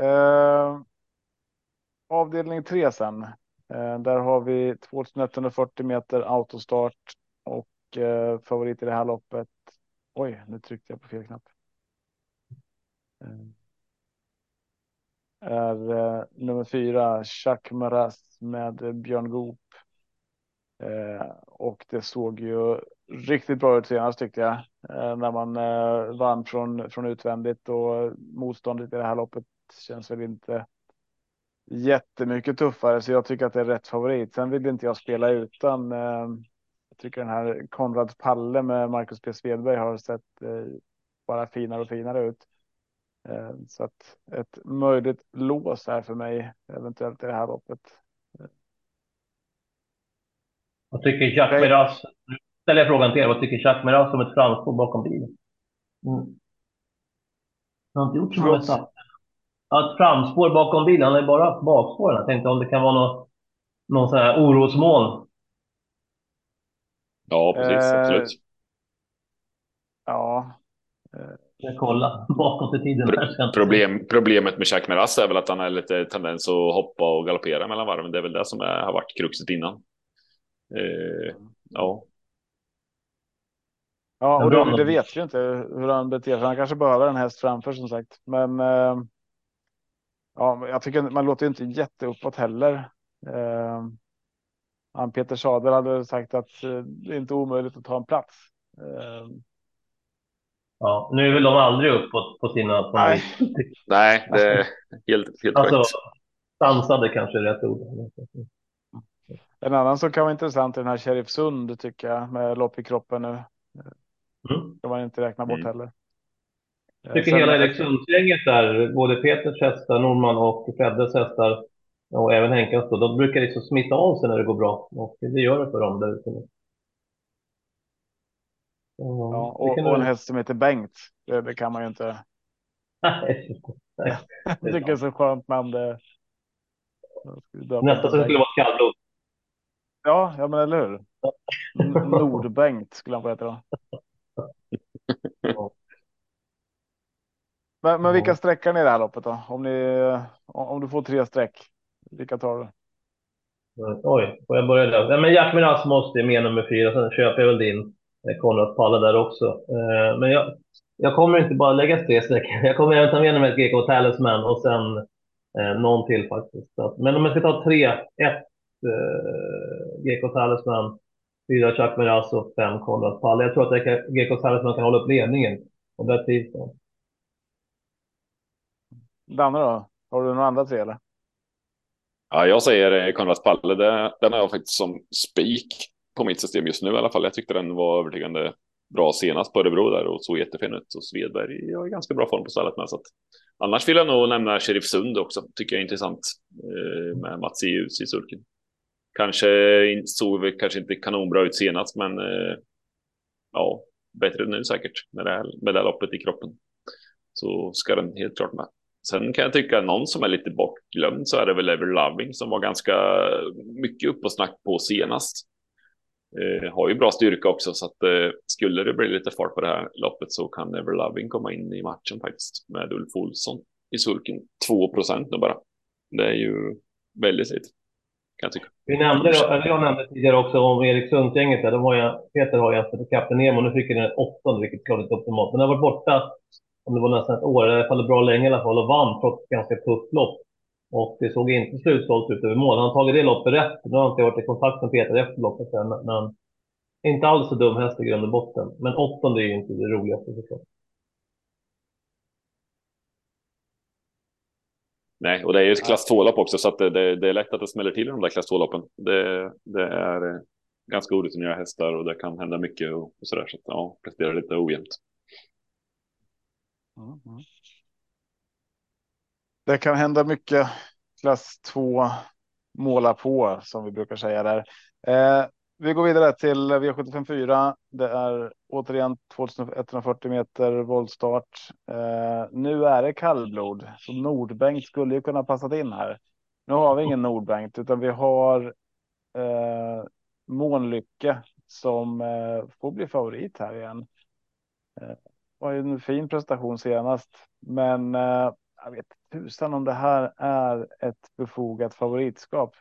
Speaker 2: Avdelning 3 sen. Där har vi 2140 meter autostart och favorit i det här loppet. Oj, nu tryckte jag på fel knapp. Är nummer 4 Chuck Maras med Björn Goop. Och det såg ju riktigt bra ut senast tyckte jag. När man vann från utvändigt och motståndet i det här loppet känns väl inte jättemycket tuffare, så jag tycker att det är rätt favorit. Sen vill inte jag spela utan jag tycker den här Konrads Palle med Marcus P. Svedberg har sett bara finare och finare ut. Så att ett möjligt lås här för mig eventuellt i det här loppet.
Speaker 4: Vad tycker Jacques Miraz? Nu ställer jag frågan till er. Vad tycker Jacques Miraz om ett framspår bakom bilen? Han har inte gjort så bra etapper. Ett framspår bakom bilen, han är bara bakspåren. Jag tänkte om det kan vara någon sån här orosmoln.
Speaker 3: Ja, precis. Absolut.
Speaker 2: Ja.
Speaker 4: Jag kolla bakåt i tiden.
Speaker 3: Problemet med Jacques Miraz är väl att han har lite tendens att hoppa och galoppera mellan varven. Det är väl det som har varit kruxet innan. Ja.
Speaker 2: Ja, och det vet ju inte hur han beter sig. Han kanske behöver en häst framför, som sagt. Men ja, jag tycker man låter ju inte jätteuppåt heller. Peter Sadel hade sagt att det är inte omöjligt att ta en plats.
Speaker 4: Ja, nu är väl de aldrig uppåt på sina...
Speaker 3: Nej, det är helt
Speaker 4: alltså,
Speaker 3: korrekt.
Speaker 4: Sansade kanske är rätt ord.
Speaker 2: En annan som kan vara intressant är den här Sheriff Sund, tycker jag, med lopp i kroppen nu. Kan man inte räkna bort heller.
Speaker 4: Jag tycker hela Erikssundsgänget där, både Peters hästar, Norman och Freddes hästar och även Henkas då, de brukar liksom smitta av sig när det går bra, och det gör det för dem där ute.
Speaker 2: Ja, och en häst som heter Bengt, det kan man ju inte.
Speaker 4: Nej.
Speaker 2: Jag tycker det är så skönt namn.
Speaker 4: Nästa som skulle vara kallblod.
Speaker 2: Ja, men eller hur? Nordbengt skulle han få heta då. Men vilka sträckar ni i det här loppet då? Om du får 3 streck, vilka tar du?
Speaker 4: Oj, får jag börja där? Ja, men Jacques Miraz måste med nummer 4, sen köper jag väl din Konrad Palle där också. Men jag kommer inte bara lägga 3 streck. Jag kommer även ta med nummer 1 GK Talisman och sen någon till faktiskt. Men om jag ska ta 3, 1 GK Talisman, 4 Jacques Miraz och 5 Konrad Palle. Jag tror att GK Talisman kan hålla upp ledningen. Och där trivs jag.
Speaker 2: Danne då? Har du några andra 3 eller?
Speaker 3: Ja, jag säger Konrads Palle. Den har jag faktiskt som spik på mitt system just nu i alla fall. Jag tyckte den var övertygande bra senast på Örebro där och så jättefin ut. Och Svedberg har ganska bra form på stallet med. Så att, annars vill jag nog nämna Sheriff Sund också. Tycker jag är intressant med Mats i sulken. Såg vi kanske inte kanonbra ut senast, men ja, bättre nu säkert med det här loppet i kroppen. Så ska den helt klart med. Sen kan jag tycka någon som är lite bortglömd, så är det väl Ever Loving som var ganska mycket upp och snack på senast. Har ju bra styrka också, så att skulle det bli lite fart på det här loppet så kan Ever Loving komma in i matchen faktiskt med Ulf Olsson i sulken. 2% nu bara. Det är ju väldigt lite, kan jag tycka.
Speaker 4: Jag nämnde tidigare också om Erikssundsgänget där. Peter har ju efter Kapten Nemo, nu fick den 8, vilket klart inte optimalt. Men den har varit borta, om det var nästan ett år, i alla fall bra länge i alla fall, och vann trots ett ganska tufft lopp. Och det såg inte slutsålt ut över mål. Han har tagit det loppet rätt. Nu har jag inte varit i kontakt med Peter efter loppet, men inte alls så dum häst i grund och botten. Men 8 är ju inte det roligaste såklart.
Speaker 3: Nej, och det är ju ett klass 2-lopp också, så att det är lätt att det smäller till i de där klass 2-loppen. Det är ganska orutinerade hästar och det kan hända mycket och sådär. Så att, ja, presterar lite ojämnt.
Speaker 2: Det kan hända mycket. Klass 2 måla på, som vi brukar säga där. Vi går vidare till V75-4. Det är återigen 2140 meter voltstart. Nu är det kallblod, så Nordbengt skulle ju kunna passat in här. Nu har vi ingen Nordbengt, utan vi har Månlycke som får bli favorit här igen. Var ju en fin prestation senast, men jag vet tusan om det här är ett befogat favoritskap.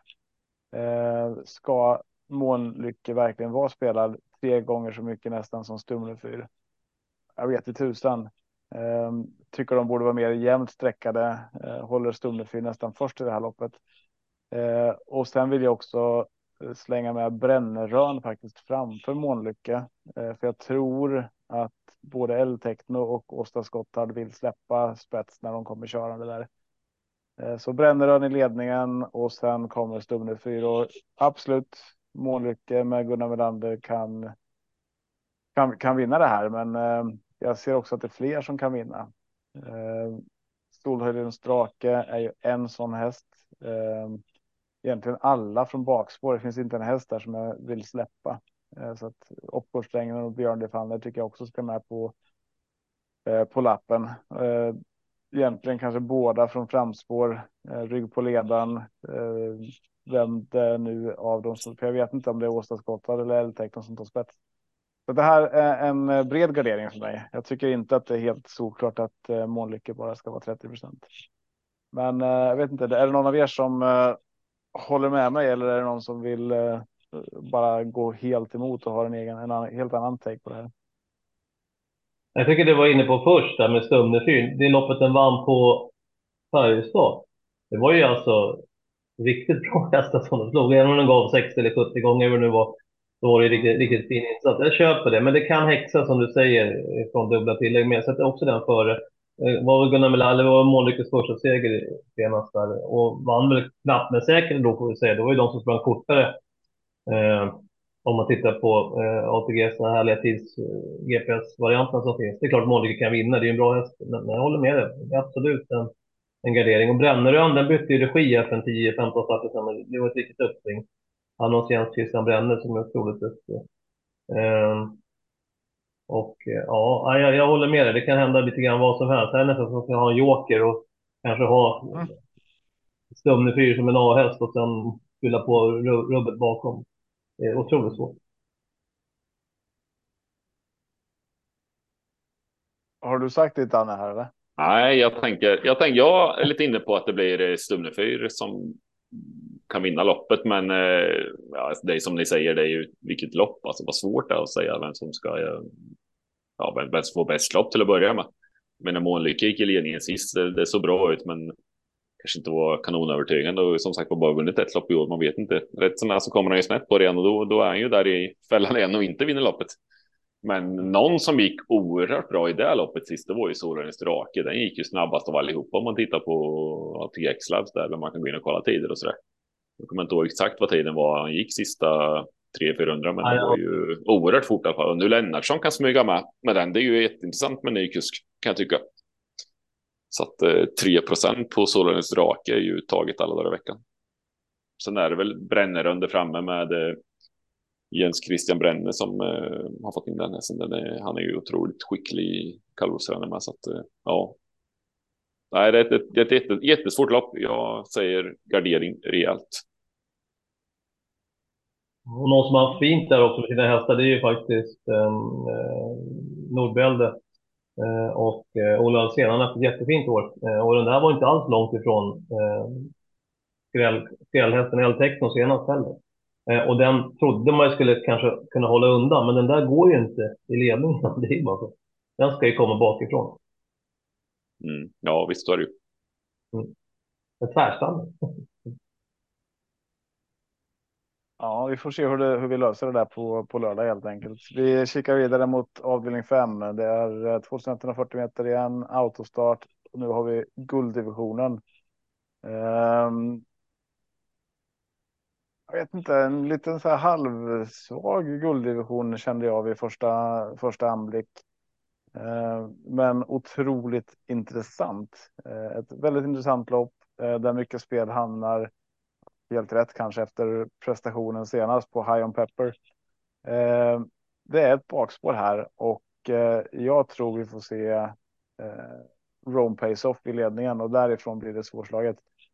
Speaker 2: Ska Månlycke verkligen vara spelad 3 gånger så mycket nästan som Stumlefyr? Jag vet inte tusan. Tycker de borde vara mer jämnt sträckade. Håller Stumlefyr nästan först i det här loppet. Och sen vill jag också slänga med Brännerön faktiskt framför Månlycke. För jag tror att både El Techno och Åsta Skottard vill släppa spets när de kommer körande där. Så Brännerön i ledningen och sen kommer Stumne 4. Och absolut, Månlycke med Gunnar Melander kan vinna det här. Men jag ser också att det är fler som kan vinna. Stolhöjdens Drake är ju en sån häst. Egentligen alla från bakspår. Det finns inte en häst där som jag vill släppa. Så att Oppgårdsdrängen och Björn Defander tycker jag också ska med på lappen. Egentligen kanske båda från framspår, rygg på ledan. Vem det nu av dem som, för jag vet inte om det är Åsta Skottad eller L-Tekton som tar spets. Så det här är en bred gardering för mig. Jag tycker inte att det är helt såklart att Månlycke bara ska vara 30%. Men jag vet inte, är det någon av er som håller med mig eller är det någon som vill bara gå helt emot och ha en helt annan take på det här?
Speaker 4: Jag tycker det var inne på först där med Stumne 4. Det loppet den vann på Färjestad. Det var ju alltså riktigt bra hästar som de slog. Även om den gav 60 eller 70 gånger vad det nu var. Då var det riktigt fin insats. Jag köper det. Men det kan häxa som du säger från dubbla tillägg. Men jag sätter också den före. Var väl Gunnar Melander, var Månlyckes första seger senast där. Och vann väl knappt men säkert då får vi säga. Det var ju de som sprang kortare. Om man tittar på ATGs härliga tids GPS-varianten som finns. Det är klart att Månlycke kan vinna. Det är en bra häst. Men jag håller med dig. Det är absolut en gardering. Och Brännerön, den bytte ju regi efter en 10-15 starter sen. Det var ett riktigt uppsving. Han och Jens Christian Bränner som är otroligt duktig. Ja, jag håller med dig. Det kan hända lite grann vad som helst. Här nästan så ska ha en joker och kanske ha Stumne 4 som en A-häst och sen fylla på rubbet bakom. Det är otroligt svårt.
Speaker 2: Har du sagt ditt Anne här eller?
Speaker 3: Nej, jag är lite inne på att det blir Stumne 4 som kan vinna loppet, men ja, det är som ni säger, det är ju vilket lopp, alltså vad svårt det är att säga vem som ska vem som får bäst lopp till att börja med. Men Månlycke gick i ledningen sist, det såg bra ut, men kanske inte var kanonövertygande och som sagt var bara vunnit ett lopp i år, man vet inte. Rätt som är så kommer han ju snett på det igen och då är han ju där i fällan igen och inte vinner loppet. Men någon som gick oerhört bra i det loppet sist, det var ju Solhöjdens Drake. Den gick ju snabbast av allihopa om man tittar på ATX Labs där man kan gå in och kolla tider och sådär. Jag kommer inte ihåg exakt vad tiden var han gick sista 300-400, men det var ju oerhört fort i alla fall. Och nu Lennartsson kan smyga med den, det är ju jätteintressant med ny kusk kan jag tycka. Så att 3% på Solhöjdens Drake är ju taget alla dagar i veckan. Sen är det väl Brännerön där framme med Jens Christian Brenne som har fått in den här. Han är ju otroligt skicklig i kallblodsrännan med, så att ja. Nej, det är ett jättesvårt lopp. Jag säger gardering rejält.
Speaker 4: Och någon som har haft fint där också med sina hästar, det är ju faktiskt Nordbälde. Och Ola Alsen, han har haft ett jättefint år. Och den där var inte alls långt ifrån skrällhästen L-Tekton senast heller. Och den trodde man skulle kanske kunna hålla undan, men den där går ju inte i ledningen. Det är bara så. Den ska ju komma bakifrån.
Speaker 3: Ja, visst var det ju.
Speaker 4: En tvärstandard.
Speaker 2: Ja, vi får se hur vi löser det där på lördag helt enkelt. Vi kikar vidare mot avdelning 5. Det är 2140 meter igen, autostart. Och nu har vi gulddivisionen. Jag vet inte, en liten så här halvsvag gulddivision kände jag vid första anblick. Men otroligt intressant. Ett väldigt intressant lopp där mycket spel hamnar helt rätt kanske efter prestationen senast på High on Pepper. Det är ett bakspår här och jag tror vi får se Rome Pace Off i ledningen och därifrån blir det svårslaget.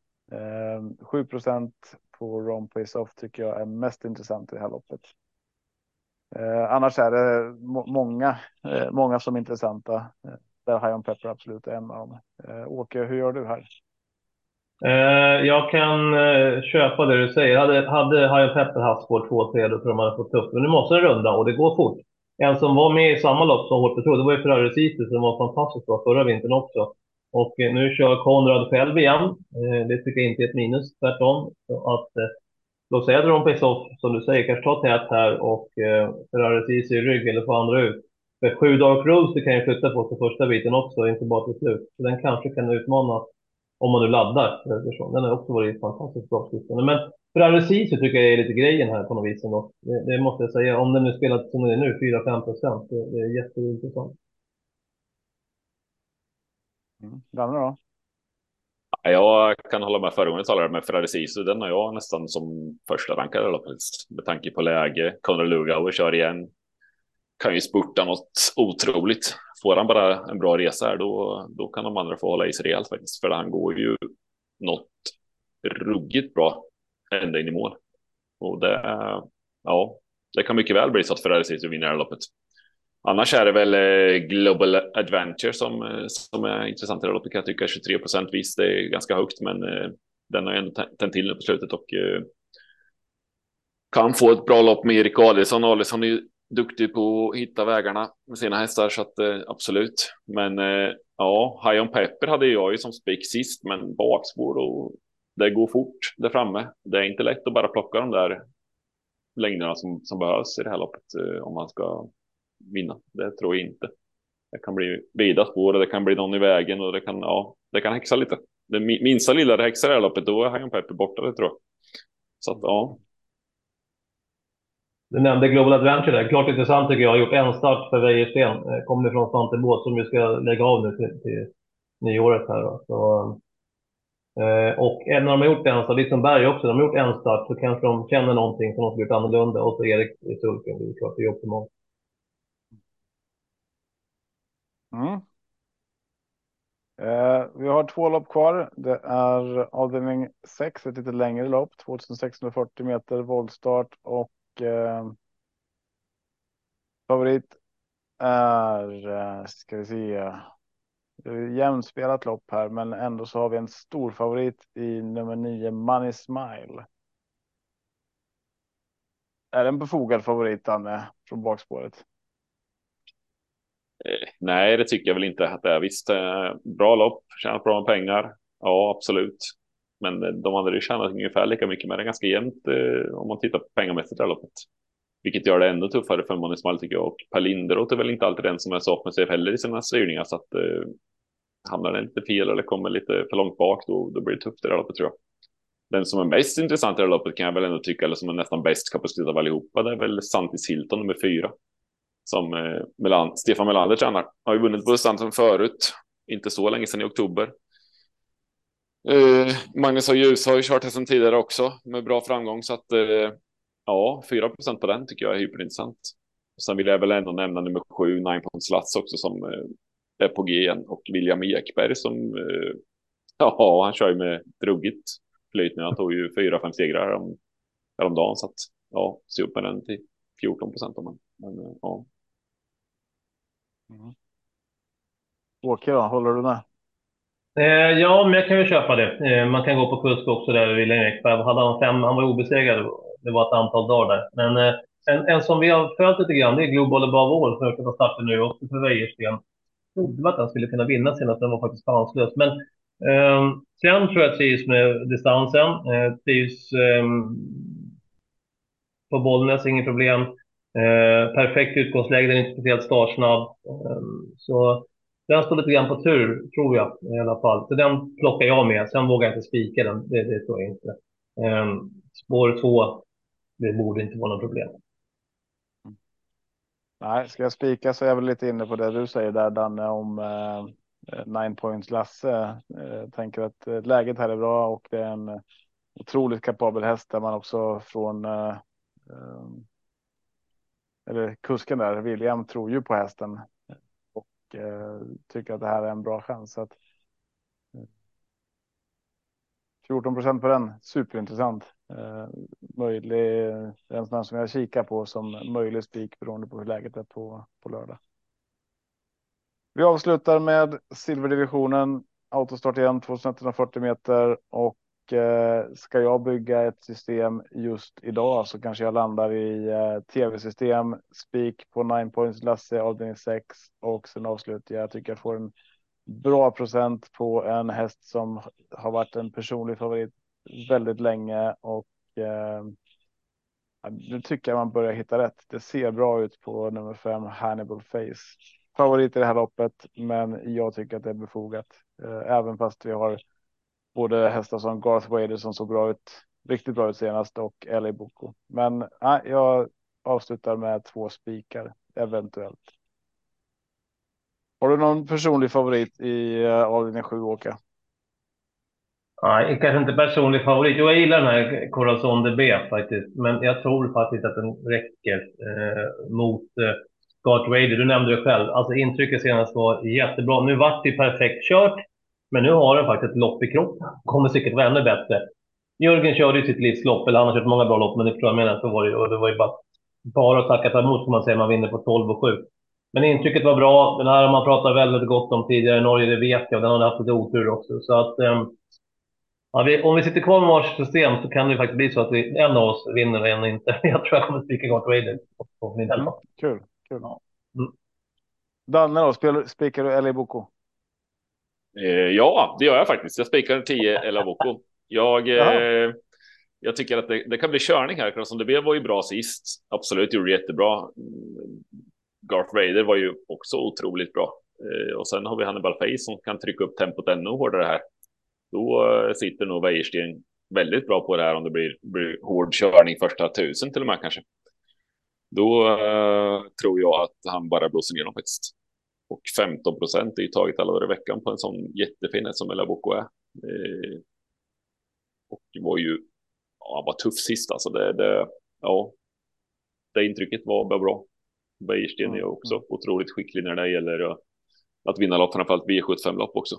Speaker 2: 7% på Rome Pace Off tycker jag är mest intressant i det här loppet. Annars är det många som är intressanta. Där High on Pepper absolut är en av dem. Åke, hur gör du här?
Speaker 4: Jag kan köpa det du säger. Hade High on Pepper haft spår 2-3 då tror jag man hade fått tufft. Men nu måste det runda och det går fort. En som var med i samma lopp som hårt betrodd, det var ju Ferrari City som var fantastiskt bra förra vintern också. Och nu kör Konrad själv igen. Det tycker jag inte är ett minus, tvärtom. Så att låt säga Rome Pace Off, som du säger, kanske ta tät här och Ferrari City i rygg eller få andra ut. För 7 Dark Rules det kan ju flytta på sig första biten också, inte bara till slut. Så den kanske kan utmana om man nu laddar. Den har också varit fantastiskt bra. Men Ferrari Sisu tycker jag är lite grejen här på något vis ändå. Det måste jag säga. Om den nu spelat som det är nu, 4-5%, det är jätteintressant.
Speaker 2: Danne då?
Speaker 3: Jag kan hålla med föregående talare med Ferrari Sisu. Den har jag nästan som första rankare med tanke på läge. Conor Lugauer kör igen. Kan ju spurta något otroligt. Får han bara en bra resa här, då kan de andra få hålla i sig rejält faktiskt. För han går ju något ruggigt bra ända in i mål. Och det kan mycket väl bli så att Ferrari Sisu vinner det här loppet. Annars är det väl Global Adventure som är intressant i det här loppet, kan jag tycka. 23%, visst, det är ganska högt, men den har ju ändå tänt till nu på slutet och kan få ett bra lopp med Erik Adielsson. Adielsson är ju duktig på att hitta vägarna med sina hästar, så att absolut. Men High on Pepper hade jag ju som spik sist, men bakspår och det går fort där framme. Det är inte lätt att bara plocka de där längderna som behövs i det här loppet om man ska vinna. Det tror jag inte. Det kan bli vida spår och det kan bli någon i vägen och det kan häxa lite. Det minsta lilla det häxar i det här loppet, då är High on Pepper borta, det tror jag. Så att
Speaker 4: Du nämnde Global Adventure där. Klart intressant tycker jag. Har gjort en start för Wäjersten. Kommer från Svante Båt som vi ska lägga av nu till nyåret här då. Så, och när de har gjort en start, liksom Berg också, de har gjort en start, så kanske de känner någonting som har blivit annorlunda. Och så Erik i sulken, det är klart det är optimalt.
Speaker 2: Vi har 2 lopp kvar. Det är avdelning 6, ett lite längre lopp, 2640 meter voltstart, och favorit är, ska vi se, det är jämnspelat lopp här, men ändå så har vi en stor favorit i nummer 9, Money Smile. Är det en befogad favorit, Anne, från bakspåret?
Speaker 3: Nej, det tycker jag väl inte att det är. Visst, bra lopp, tjänat bra med pengar. Ja, absolut. Men de andra tjänat ungefär lika mycket, men det är ganska jämnt om man tittar på pengamässigt det här loppet. Vilket gör det ännu tuffare för Money Smile, tycker jag. Och Per Linderoth är väl inte alltid den som är så offensiv heller i sina styrningar, så att hamnar den lite fel eller kommer lite för långt bak, då blir det tufft i det här loppet, tror jag. Den som är mest intressant i det här loppet kan jag väl ändå tycka, eller som är nästan bäst kapacitet av allihopa, det är väl Santis Hilton nummer 4. Som Stefan Melander tränar. Har ju vunnit på distansen förut. Inte så länge sedan, i oktober. Magnus och Ljus har ju kört hästen tidigare också med bra framgång. Så att 4% på den tycker jag är hyperintressant. Sen vill jag väl ändå nämna nummer 7, 9 Points Lats också, som är på G igen. Och William Ekberg som han kör ju med druggigt flyt nu. Han tog ju 4-5 segrar häromdagen. Så att se upp med den till 14% om man. Men ja.
Speaker 2: Åke då, håller du med?
Speaker 4: Ja, men jag kan ju köpa det. Man kan gå på kusk också där, William Ekberg. Hade han 5, han var obesegrad. Det var ett antal dagar där. Men en som vi har följt lite grann, det är Global Above All, som jag kan starta nu också för Wäjersten. Jag trodde att han skulle kunna vinna senast, den var faktiskt chanslös. Men sen tror jag att trivs med distansen. Trivs på Bollnäs, inget problem. Perfekt utgångsläge, den är inte speciellt startsnabb. Så den står lite grann på tur, tror jag i alla fall. Så den plockar jag med. Sen vågar jag inte spika den, det tror jag inte. Spår 2, det borde inte vara något problem.
Speaker 2: Nej, ska jag spika så är jag väl lite inne på det du säger där, Danne, om 9 Points Lasse. Tänker att läget här är bra och det är en otroligt kapabel häst där man också från eller kusken där, William, tror ju på hästen och tycker att det här är en bra chans. Så att 14% på den, superintressant. Möjlig, en sån som jag kikar på som möjlig spik beroende på hur läget är på lördag. Vi avslutar med silverdivisionen, autostart igen, 2140 meter, och ska jag bygga ett system just idag så kanske jag landar i tv-system, spik på 9 Points Lasse avdelning 6, och sen avslutar jag tycker jag får en bra procent på en häst som har varit en personlig favorit väldigt länge, och nu tycker jag man börjar hitta rätt. Det ser bra ut på nummer 5, Hannibal Face. Favorit i det här loppet, men jag tycker att det är befogat. Även fast vi har både hästar som Garth Vader som såg bra ut, riktigt bra ut senast, och LA Boko. Men jag avslutar med 2 spikar eventuellt. Har du någon personlig favorit i avdelning 7, Åke?
Speaker 4: Nej, kanske inte personlig favorit. Jo, jag gillar den här Corazon de B faktiskt. Men jag tror faktiskt att den räcker mot Scott Raider. Du nämnde det själv. Alltså intrycket senast var jättebra. Nu vart det perfekt kört. Men nu har den faktiskt ett lopp i kroppen. Kommer säkert vara ännu bättre. Jörgen körde ju sitt livslopp. Eller han har kört många bra lopp. Men det tror jag menar så var det, och det var ju bara att tacka emot, kan man säga. Man vinner på 12,7. Men intrycket var bra. Den här har man pratat väldigt gott om tidigare i Norge, det vet jag. Och den har haft lite otur också. Så att... Ja, om vi sitter kvar med vars system så kan det faktiskt bli så att en av oss vinner och en inte. Jag tror jag kommer att spika Garth Vader.
Speaker 2: Kul.
Speaker 4: Ja. Mm.
Speaker 2: Danne då, spikar du LA Boko?
Speaker 3: Ja, det gör jag faktiskt. Jag spikar 10 LA Boko. Jag tycker att det kan bli körning här. Som det var ju bra sist. Absolut, gjorde det jättebra. Garth Vader var ju också otroligt bra. Och sen har vi Hannibal Face som kan trycka upp tempot ännu hårdare här. Då sitter nog Wäjersten väldigt bra på det här om det blir hård körning första 1000 till och med kanske. Då tror jag att han bara blåser igenom faktiskt. Och 15% är ju taget alla dagar i veckan på en sån jättefin som LA Boko är. Och det var ju var tuff sist alltså. Det intrycket var bra. Wäjersten är också otroligt skicklig när det gäller att vinna lopp, framförallt V75-lopp också.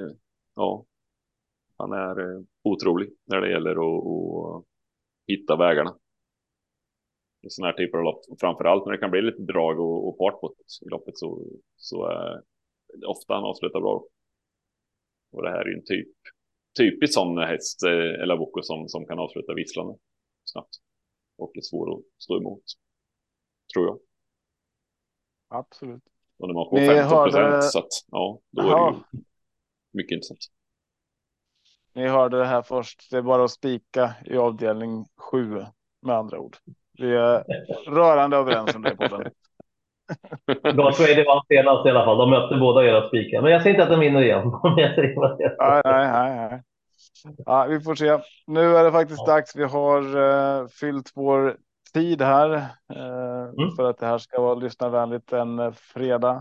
Speaker 3: Han är otrolig när det gäller att hitta vägarna. I sådana här typer av lopp. Framförallt när det kan bli lite drag och fart på i loppet så är det ofta han avslutar bra. Och det här är ju en typisk sån häst, LA Boko, som kan avsluta visslande snabbt. Och är svår att stå emot, tror jag.
Speaker 2: Absolut.
Speaker 3: Och när man får 15% så att, då är det ju mycket intressant.
Speaker 2: Ni hörde det här först. Det är bara att spika i avdelning 7 med andra ord. Vi är rörande överens om det på den.
Speaker 4: Garth Vader var senast i alla fall. De mötte båda era spikar. Men jag ser inte att de vinner igen.
Speaker 2: Nej. Ja, vi får se. Nu är det faktiskt dags. Vi har fyllt vår tid här för att det här ska vara lyssnarvänligt en fredag.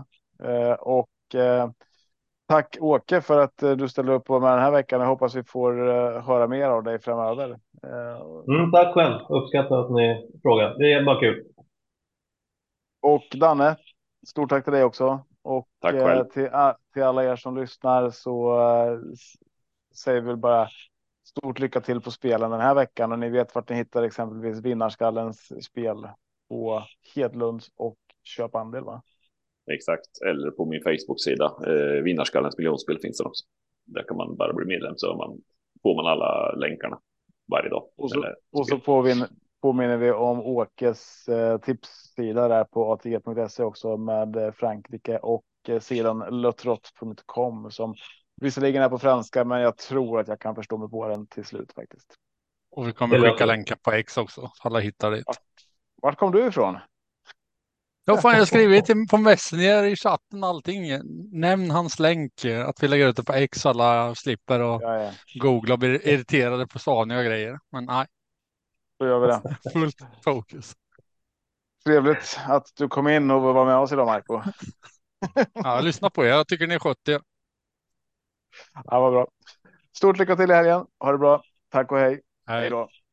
Speaker 2: Tack Åke för att du ställer upp på med den här veckan. Jag hoppas vi får höra mer av dig framöver.
Speaker 4: Tack själv. Uppskattar att ni frågar. Det är bara kul.
Speaker 2: Och Danne, stort tack till dig också. Och
Speaker 3: tack själv.
Speaker 2: Till alla er som lyssnar så säger vi bara stort lycka till på spelen den här veckan. Och ni vet vart ni hittar exempelvis Vinnarskallens spel på Hedlunds och Köp andel, va?
Speaker 3: Exakt, eller på min Facebook-sida. Vinnarskallens miljonspel finns det också. Där kan man bara bli medlem så får man alla länkarna varje dag.
Speaker 2: Och så påminner vi om Åkes tipssida där på atg.se också med Frankrike och sidan letrot.com som visserligen är på franska, men jag tror att jag kan förstå mig på den till slut faktiskt.
Speaker 5: Och vi kommer skicka länkar på X också, så alla hittar det.
Speaker 2: Vart kom du ifrån?
Speaker 5: Ja, fan, jag har skrivit på Messenger i chatten allting. Nämn hans länk, att vi lägger ut det på X så alla slipper och googla och bli irriterade på stavning och grejer. Men nej.
Speaker 2: Då gör vi det.
Speaker 5: Fullt fokus.
Speaker 2: Trevligt att du kom in och var med oss idag, Marco.
Speaker 5: Ja, lyssna på er. Jag tycker ni är 70.
Speaker 2: Ja, vad bra. Stort lycka till i helgen. Ha det bra. Tack och hej.
Speaker 5: Hej då.